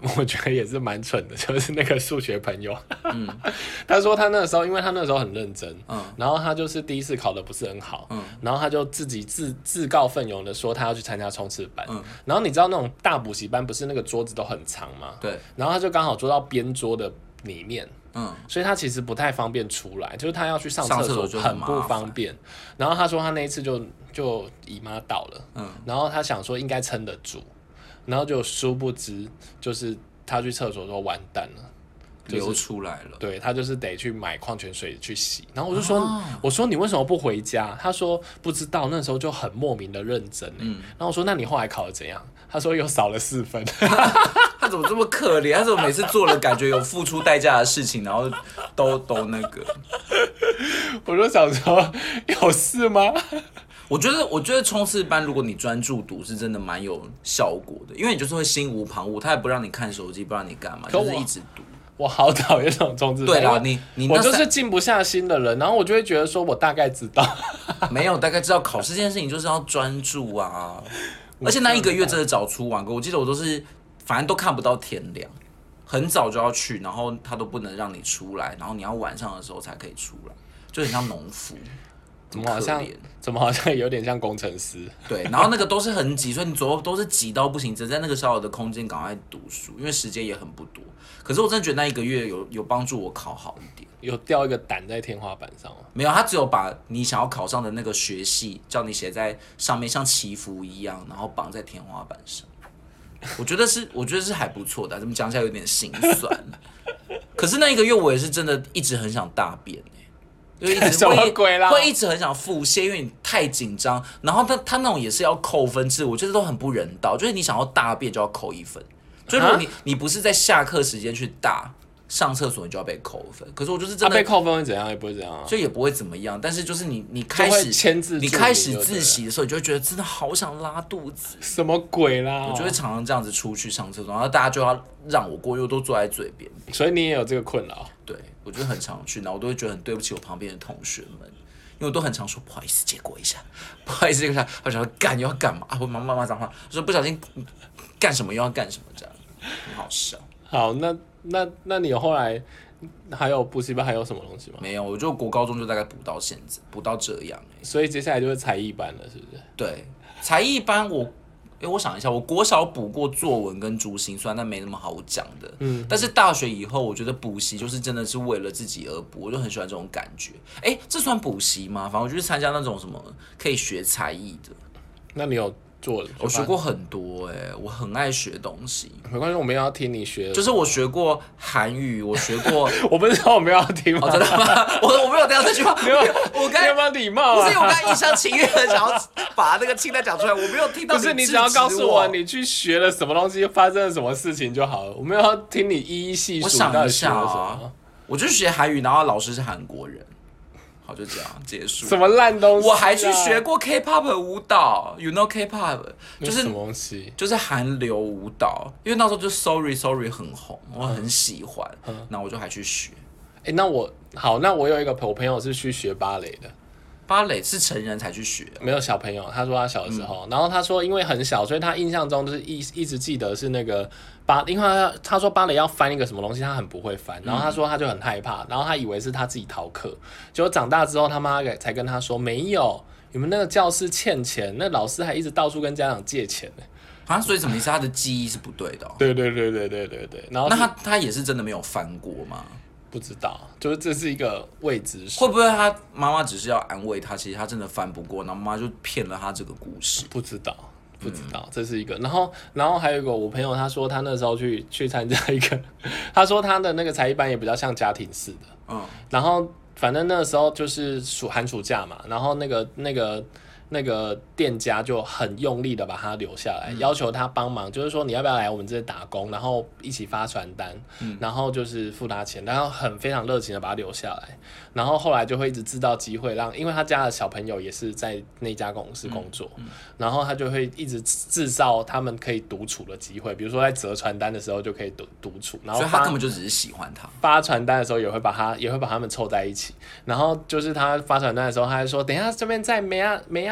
S1: 我觉得也是蛮蠢的，就是那个数学朋友，他说他那个时候，因为他那个时候很认真，然后他就是第一次考的不是很好，然后他就自己自告奋勇的说他要去参加冲刺班，然后你知道那种大补习班不是那个桌子都很长吗？
S2: 对，
S1: 然后他就刚好坐到边桌的里面。所以他其实不太方便出来，就是他要去上厕所很不方便。然后他说他那一次就姨妈到了，然后他想说应该撑得住，然后就殊不知就是他去厕所说完蛋了。
S2: 流出来了，
S1: 对，他就是得去买矿泉水去洗。然后我就说，我说你为什么不回家？他说不知道，那时候就很莫名的认真。然后我说那你后来考得怎样？他说又少了4分。
S2: 他怎么这么可怜？他怎么每次做了感觉有付出代价的事情，然后都那个？
S1: 我就想说，有事吗？
S2: 我觉得冲刺班如果你专注读是真的蛮有效果的，因为你就是会心无旁骛，他也不让你看手机，不让你干嘛，就是一直读。
S1: 我好讨厌这种冲刺班。
S2: 对啦，
S1: 我就是静不下心的人，然后我就会觉得说，我大概知道，
S2: 没有大概知道考试这件事情就是要专注啊。而且那1个月真的早出晚归，我记得我都是反正都看不到天亮，很早就要去，然后他都不能让你出来，然后你要晚上的时候才可以出来，就很像农夫。
S1: 怎么好像有点像工程师？
S2: 对，然后那个都是很挤，所以你左右都是挤到不行，只在那个小小的空间赶快读书，因为时间也很不多。可是我真的觉得那1个月有帮助我考好一点。
S1: 有掉一个胆在天花板上吗？
S2: 没有，他只有把你想要考上的那个学系叫你写在上面，像祈福一样，然后绑在天花板上。我觉得是还不错的，怎么讲起来有点心酸。可是那1个月我也是真的一直很想大便。就一直
S1: 什么鬼啦？
S2: 会一直很想腹泻，因为你太紧张。然后他那种也是要扣分制，我觉得都很不人道。就是你想要大便就要扣1分，就如果你不是在下课时间去大上厕所，你就要被扣分。可是我就是真的
S1: 被扣分会怎样？也不会怎样啊，
S2: 就也不会怎么样。但是就是你开始你开始自习的时候，你就会觉得真的好想拉肚子。
S1: 什么鬼啦？
S2: 我就会常常这样子出去上厕所，然后大家就要让我过，因为我都坐在嘴边。
S1: 所以你也有这个困扰？
S2: 对，我就很常去，然后我都会觉得很对不起我旁边的同学们，因为我都很常说不好意思借过一下，不好意思借过一下，我想说干又要干嘛？我骂脏话，我说不小心干什么又要干什么，这样很好笑。
S1: 好，那你后来还有补习班还有什么东西吗？
S2: 没有，我就国高中就大概补到现在，补到这样。
S1: 所以接下来就是才艺班了，是不是？
S2: 对，才艺班我想一下，我国小补过作文跟珠心算，但没那么好讲的。但是大学以后，我觉得补习就是真的是为了自己而补，我就很喜欢这种感觉。这算补习吗？反正我就去参加那种什么可以学才艺的。
S1: 那你有做？
S2: 我学过很多我很爱学东西。
S1: 没关系，我们要听你学。
S2: 就是我学过韩语，我学过。
S1: 我不是说我们要听吗？
S2: 真的吗？我没有听到这句话。我刚
S1: 有没有礼貌啊？
S2: 不是，我刚一厢情愿的想要把那个清单讲出来，我没有听到。
S1: 不是，你只要告诉我你去学了什么东西，发生了什么事情就好了。我们要听你一一细数。
S2: 我想一下啊，我就学韩语，然后老师是韩国人。好，就这样结束。
S1: 什么烂东西？
S2: 我还去学过 K-pop 舞蹈 ，You know K-pop 就是
S1: 什么东西？
S2: 就是韩流舞蹈，因为那时候就 Sorry 很红，我很喜欢，然后我就还去学。
S1: 那我有一个我朋友是去学芭蕾的。
S2: 芭蕾是成人才去学，
S1: 没有小朋友。他说他小的时候，然后他说因为很小，所以他印象中就是一直记得是那个因为他说芭蕾要翻一个什么东西，他很不会翻，然后他说他就很害怕，然后他以为是他自己逃课，结果长大之后他妈才跟他说没有，你们那个教室欠钱，那老师还一直到处跟家长借钱呢。
S2: 所以什么意思？他的记忆是不对的。
S1: 对。然后
S2: 那他也是真的没有翻过吗？
S1: 不知道，就是这是一个未知数。
S2: 会不会他妈妈只是要安慰他，其实他真的翻不过，然后妈妈就骗了他这个故事？
S1: 不知道，这是一个。然后还有一个我朋友，他说他那时候去参加一个，他说他的那个才艺班也比较像家庭式的。然后反正那个时候就是寒暑假嘛，然后那个店家就很用力的把他留下来，要求他帮忙，就是说你要不要来我们这里打工，然后一起发传单，然后就是付他钱，然后非常热情的把他留下来，然后后来就会一直制造机会因为他家的小朋友也是在那家公司工作，然后他就会一直制造他们可以独处的机会，比如说在折传单的时候就可以独处，然后
S2: 所以他根本就只是喜欢他。
S1: 发传单的时候也会把他们凑在一起，然后就是他发传单的时候，他还说等一下这边在没要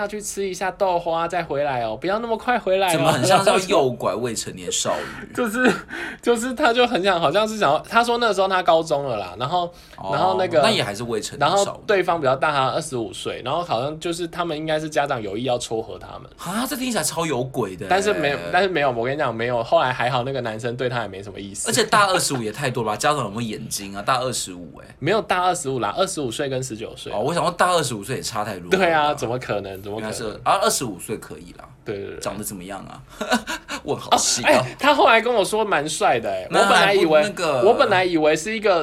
S1: 去吃一下豆花再回来哦，不要那么快回来哦。
S2: 怎么很像是要诱拐未成年少女？
S1: 就是他就很想，好像是想要，他说那时候他高中了啦，然后那个
S2: 那也还是未成年少女，
S1: 然后对方比较大他25岁，然后好像就是他们应该是家长有意要撮合他们
S2: 啊，这听起来超有鬼的。
S1: 但是没有，我跟你讲没有，后来还好那个男生对他也没什么意思。
S2: 而且大25也太多了吧？家长有没有眼睛啊？大25
S1: 没有大25啦，25岁跟19岁。
S2: 我想说大25岁也差太多了。
S1: 对啊，怎么可能
S2: ？25岁可以啦。
S1: 对，
S2: 长得怎么样啊？问好细啊！
S1: 他后来跟我说蛮帅的我本来以为是一个，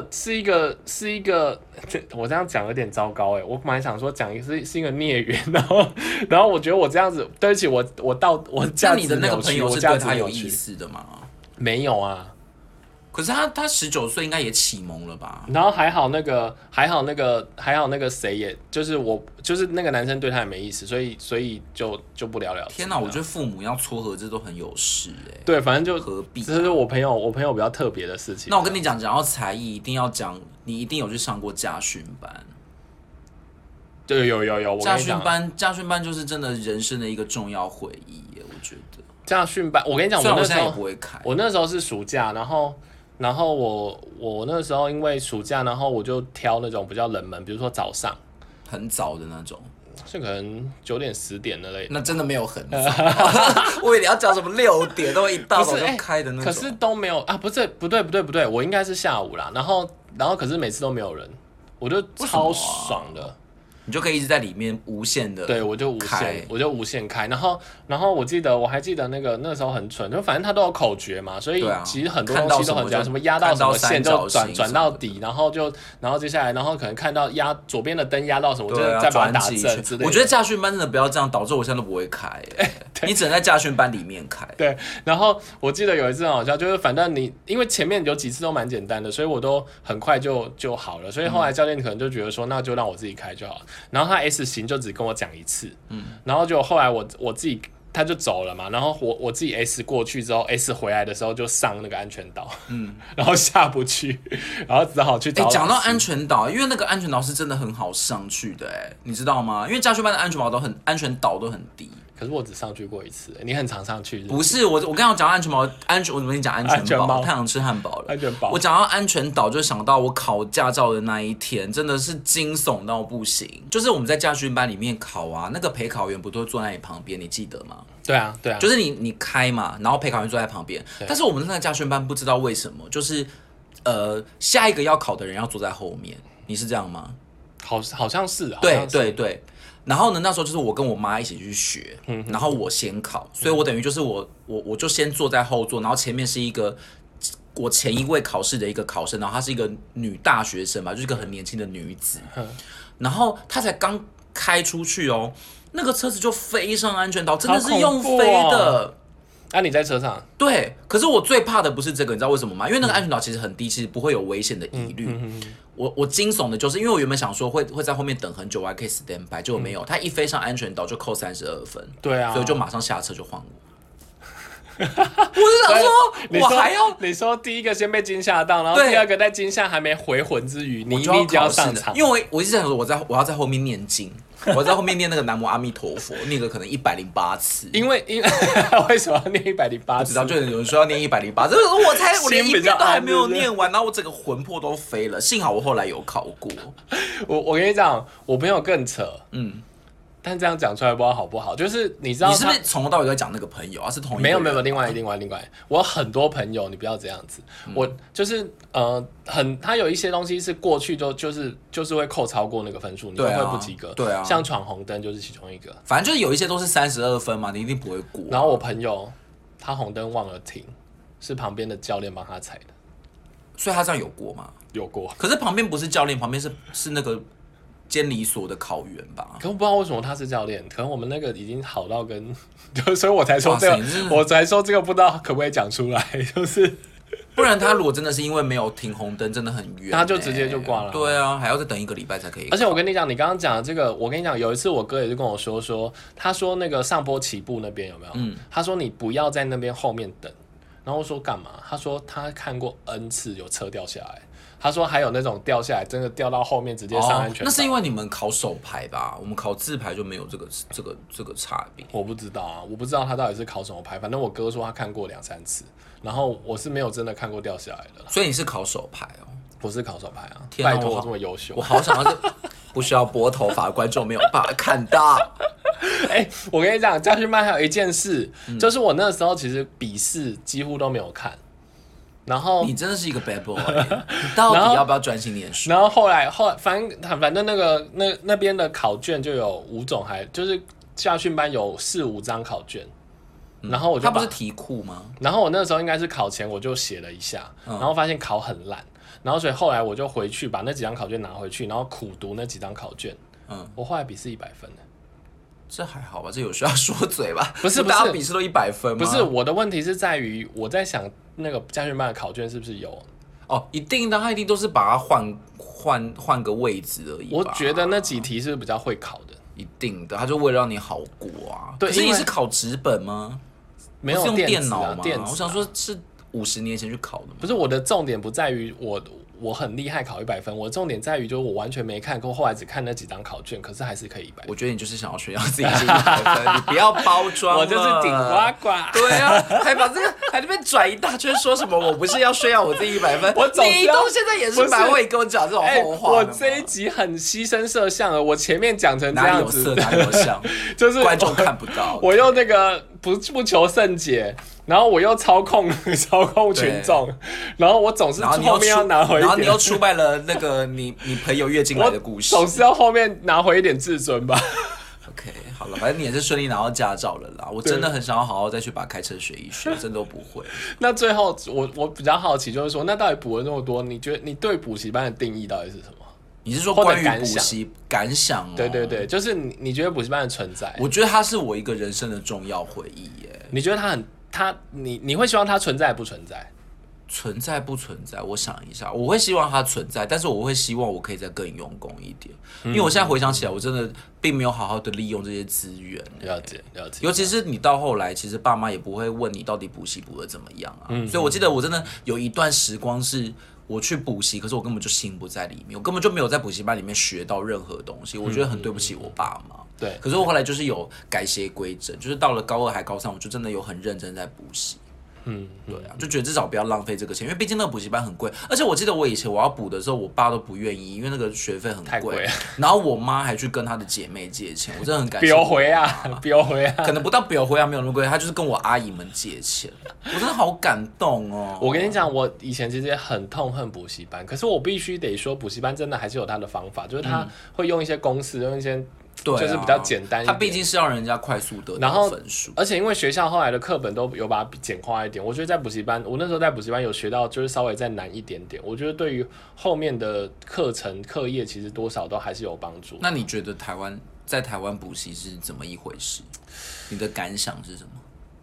S1: 我这样讲有点糟糕我本来想说讲是一个孽缘，然后我觉得我这样子，对不起，我价值扭曲，
S2: 那你的那个朋友是对他有意思的吗？
S1: 没有啊。
S2: 可是他19岁应该也启蒙了吧？
S1: 然后还好那个谁也就是那个男生对他也没意思，所以就不了了之。
S2: 天哪，我觉得父母要撮合这都很有事
S1: 对，反正就
S2: 何必？
S1: 这是我朋友比较特别的事情。
S2: 那我跟你讲到才艺，一定要讲，你一定有去上过驾训班。
S1: 对，有。
S2: 驾训班就是真的人生的一个重要回忆我觉得。
S1: 驾训班，我跟你讲，
S2: 我那时候也不会开。
S1: 我那时候是暑假，然后我那时候因为暑假，然后我就挑那种比较冷门，比如说早上
S2: 很早的那种，
S1: 是可能9点10点的类。
S2: 那真的没有很早，我以为你要讲什么6点都一大早就开的那种。
S1: 可是都没有啊，不对，我应该是下午啦。然后可是每次都没有人，我就超爽的。
S2: 你就可以一直在里面无限的，
S1: 对，我就无限开，然后我还记得那时候很蠢，就反正他都有口诀嘛，所以其实很多东西都很简单，什么压到什么线就转到底，然后接下来，然后可能看到压左边的灯压到什么，就再把它打正之类的。
S2: 我觉得驾训班真的不要这样，导致我现在都不会开，你只能在驾训班里面开。
S1: 对，然后我记得有一次很好笑，就是反正因为前面有几次都蛮简单的，所以我都很快就好了，所以后来教练可能就觉得说，那就让我自己开就好了。然后他 S 型就只跟我讲一次，然后就后来我自己他就走了嘛，然后我自己 S 过去之后 ，S 回来的时候就上那个安全岛，然后下不去，然后只好去找。
S2: 讲到安全岛，因为那个安全岛是真的很好上去的，你知道吗？因为驾训班的安全岛都很低。
S1: 可是我只上去过一次，你很常上去是不是？
S2: 不是我刚刚讲安全堡，我怎么跟你讲安全堡？太想吃汉堡了。
S1: 安全堡。
S2: 我讲到安全岛，就想到我考驾照的那一天，真的是惊悚到不行。就是我们在驾训班里面考啊，那个陪考员不都坐在你旁边，你记得吗？
S1: 对啊。
S2: 就是你开嘛，然后陪考员坐在旁边。但是我们那个驾训班不知道为什么，就是下一个要考的人要坐在后面，你是这样吗？
S1: 好像是啊。
S2: 对。然后呢，那时候就是我跟我妈一起去学，然后我先考，所以我等于就是我就先坐在后座，然后前面是一个我前一位考试的一个考生，然后她是一个女大学生吧，就是一个很年轻的女子，然后她才刚开出去那个车子就飞上安全岛，真的是用飞的。
S1: 你在车上？
S2: 对，可是我最怕的不是这个，你知道为什么吗？因为那个安全岛其实很低，其实不会有危险的疑虑。我惊悚的就是，因为我原本想说会在后面等很久，我还可以 stand by， 结果没有，他一飞上安全岛就扣32分。
S1: 对啊，
S2: 所以就马上下车就换我。我就想说，我还要
S1: 你说第一个先被惊吓到，然后第二个在惊吓还没回魂之余，你一定就要上场。
S2: 因为我一直想说，我要在后面念经。我在后面念那个南无阿弥陀佛，念个可能108次。
S1: 因为为什么要念108次？
S2: 不知道，就有人说要念108次，我连一遍都还没有念完，然后我整个魂魄都飞了。幸好我后来有考过。
S1: 我跟你讲，我朋友更扯，但这样讲出来不知道好不好？就是你知道，
S2: 你是不是从头到尾都在讲那个朋友啊？是同一个人？
S1: 没有，另外，我有很多朋友，你不要这样子。我就是他有一些东西是过去就是会扣超过那个分数，你会不及格。
S2: 对啊，
S1: 像闯红灯就是其中一个。
S2: 反正就是有一些都是32分嘛，你一定不会过。
S1: 然后我朋友他红灯忘了停，是旁边的教练帮他踩的，
S2: 所以他这样有过吗？
S1: 有过。
S2: 可是旁边不是教练，旁边是那个监理所的考员吧？
S1: 可我不知道为什么他是教练，可能我们那个已经好到跟，所以我才说这个，我才说这个不知道可不可以讲出来，就是
S2: 不然他如果真的是因为没有停红灯，真的很冤，
S1: 他就直接就挂了。
S2: 对啊，还要再等1个礼拜才可以。
S1: 而且我跟你讲，你刚刚讲的这个，我跟你讲，有一次我哥也是跟我说，他说那个上坡起步那边有没有？他说你不要在那边后面等。然后我说干嘛？他说他看过 N 次有车掉下来。 他说还有那种掉下来，真的掉到后面直接上安全岛。
S2: 那是因为你们考手牌吧？我们考自牌就没有这个差别。
S1: 我不知道啊，我不知道他到底是考什么牌。反正我哥说他看过2-3次，然后我是没有真的看过掉下来的。
S2: 所以你是考手牌哦？
S1: 我是考手牌啊！
S2: 天啊，
S1: 拜托我这么优秀，
S2: 我好想要是不需要拨头发，观众没有办法看到。
S1: 我跟你讲，家训班还有一件事，就是我那时候其实笔试几乎都没有看。然后
S2: 你真的是一个 bad boy， 你到底要不要专心念书？
S1: 然后后来反正那边的考卷就有5种，就是家训班有4-5张考卷，然后我就
S2: 他不是题库吗？
S1: 然后我那时候应该是考前我就写了一下，然后发现考很烂，然后所以后来我就回去把那几张考卷拿回去，然后苦读那几张考卷，我后来笔试100分了。
S2: 这还好吧？这有需要说嘴吧？
S1: 不是，
S2: 大家笔试都100分吗？
S1: 不是，我的问题是在于我在想那个家训班的考卷是不是有？
S2: 一定的，他一定都是把它换个位置而已。
S1: 我觉得那几题是比较会考的，
S2: 一定的，他就为了让你好过啊。
S1: 对，
S2: 可是你是考纸本吗？
S1: 没有
S2: 用电脑吗？
S1: 电子啊，
S2: 我想说是50年前去考的吗？
S1: 不是，我的重点不在于我很厉害考100分，我的重点在于就是我完全没看过，后来只看那几张考卷，可是还是可以100分。
S2: 我觉得你就是想要炫耀自己是100分，你不要包装了。
S1: 我就是顶呱呱。
S2: 对啊，还把这个还那边转一大圈，说什么我不是要炫耀我自己100分，你都现在也是蛮会跟我讲这种后话。
S1: 我这一集很牺牲摄像了，我前面讲成这样子，
S2: 哪里有像，
S1: 就是
S2: 观众看不到。
S1: 我用那个不求甚解。然后我又操控群众，然后我总是后面要拿回一点，
S2: 然后你又出卖了那个你朋友跃进来的故事，
S1: 总是要后面拿回一点自尊吧。
S2: OK， 好了，反正你也是顺利拿到驾照了啦。我真的很想要好好再去把开车学一学，真的都不会。
S1: 那最后我比较好奇，就是说，那到底补了那么多，你觉得你对补习班的定义到底是什么？你是说
S2: 关于补习感想？
S1: 对对对，就是你觉得补习班的存在，
S2: 我觉得它是我一个人生的重要回忆耶。
S1: 你觉得你会希望它存在不存在？
S2: 存在不存在？我想一下，我会希望它存在，但是我会希望我可以再更用功一点，因为我现在回想起来，我真的并没有好好的利用这些资源。
S1: 了解。
S2: 尤其是你到后来，其实爸妈也不会问你到底补习补的怎么样啊。所以我记得我真的有一段时光是我去补习，可是我根本就心不在里面，我根本就没有在补习班里面学到任何东西。我觉得很对不起我爸妈。
S1: 对，
S2: 可是我后来就是有改邪归正，就是到了高2还高3，我就真的有很认真在补习。对啊，就觉得至少不要浪费这个钱，因为毕竟那个补习班很贵，而且我记得我以前我要补的时候，我爸都不愿意，因为那个学费很贵，然后我妈还去跟她的姐妹借钱，我真的很感谢。
S1: 表回啊，
S2: 可能不到表回啊，没有那么贵，她就是跟我阿姨们借钱，我真的好感动哦。
S1: 我跟你讲，我以前其实也很痛恨补习班，可是我必须得说，补习班真的还是有它的方法，就是他会用一些公式，用一些。就是比较简单一点，
S2: 它毕竟是让人家快速得到分数，
S1: 而且因为学校后来的课本都有把它简化一点，我觉得在补习班，我那时候在补习班有学到，就是稍微再难一点点。我觉得对于后面的课业，其实多少都还是有帮助。
S2: 那你觉得在台湾补习是怎么一回事？你的感想是什么？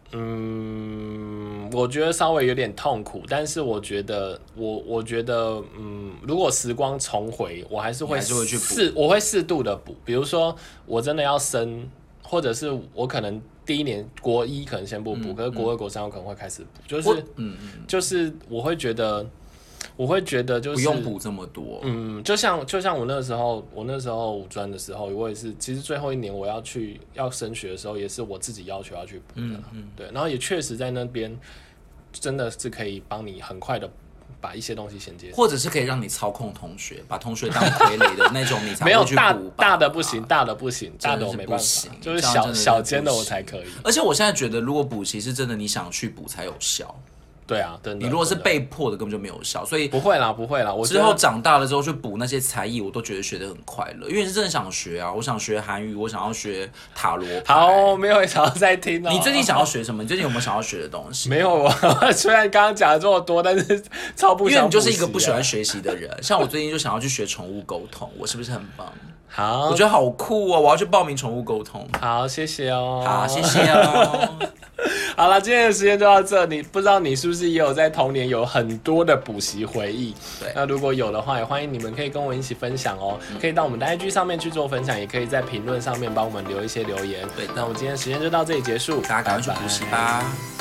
S1: 我觉得稍微有点痛苦，但是我觉得，如果时光重回，我还是会
S2: 去补，
S1: 我会适度的补。比如说，我真的要升，或者是我可能第一年国1可能先不补，可是国2、国3我可能会开始补，就是我会觉得就是
S2: 不用补这么多。
S1: 就像我那时候五专的时候，我也是，其实最后一年我要升学的时候，也是我自己要求要去补的。对，然后也确实在那边真的是可以帮你很快的把一些东西衔接，
S2: 或者是可以让你操控同学，把同学当傀儡的那种，你才
S1: 没有
S2: 会去补。
S1: 大的不行，大的我没办法，就是小间的我才可以。
S2: 而且我现在觉得，如果补习是真的，你想去补才有效。
S1: 对啊，真的。
S2: 你如果是被迫的，根本就没有效。所以
S1: 不会啦。我
S2: 之后长大了之后去补那些才艺，我都觉得学得很快乐，因为是真的想学啊。我想学韩语，我想要学塔罗牌。
S1: 好，没有人想要再听哦。
S2: 你最近想要学什么？你最近有没有想要学的东西？
S1: 没有啊，虽然刚刚讲的这么多，但是超不想。
S2: 因为你就是一个不喜欢学习的人。像我最近就想要去学宠物沟通，我是不是很棒？
S1: 好，
S2: 我觉得好酷哦！我要去报名宠物沟通。
S1: 好，谢谢哦。
S2: 好，谢谢哦。
S1: 好了，今天的时间就到这里。不知道你是不是也有在童年有很多的补习回忆？
S2: 对，
S1: 那如果有的话，也欢迎你们可以跟我一起分享哦。可以到我们的 IG 上面去做分享，也可以在评论上面帮我们留一些留言。
S2: 对，
S1: 那我们今天的时间就到这里结束，
S2: 大家赶快去补习吧。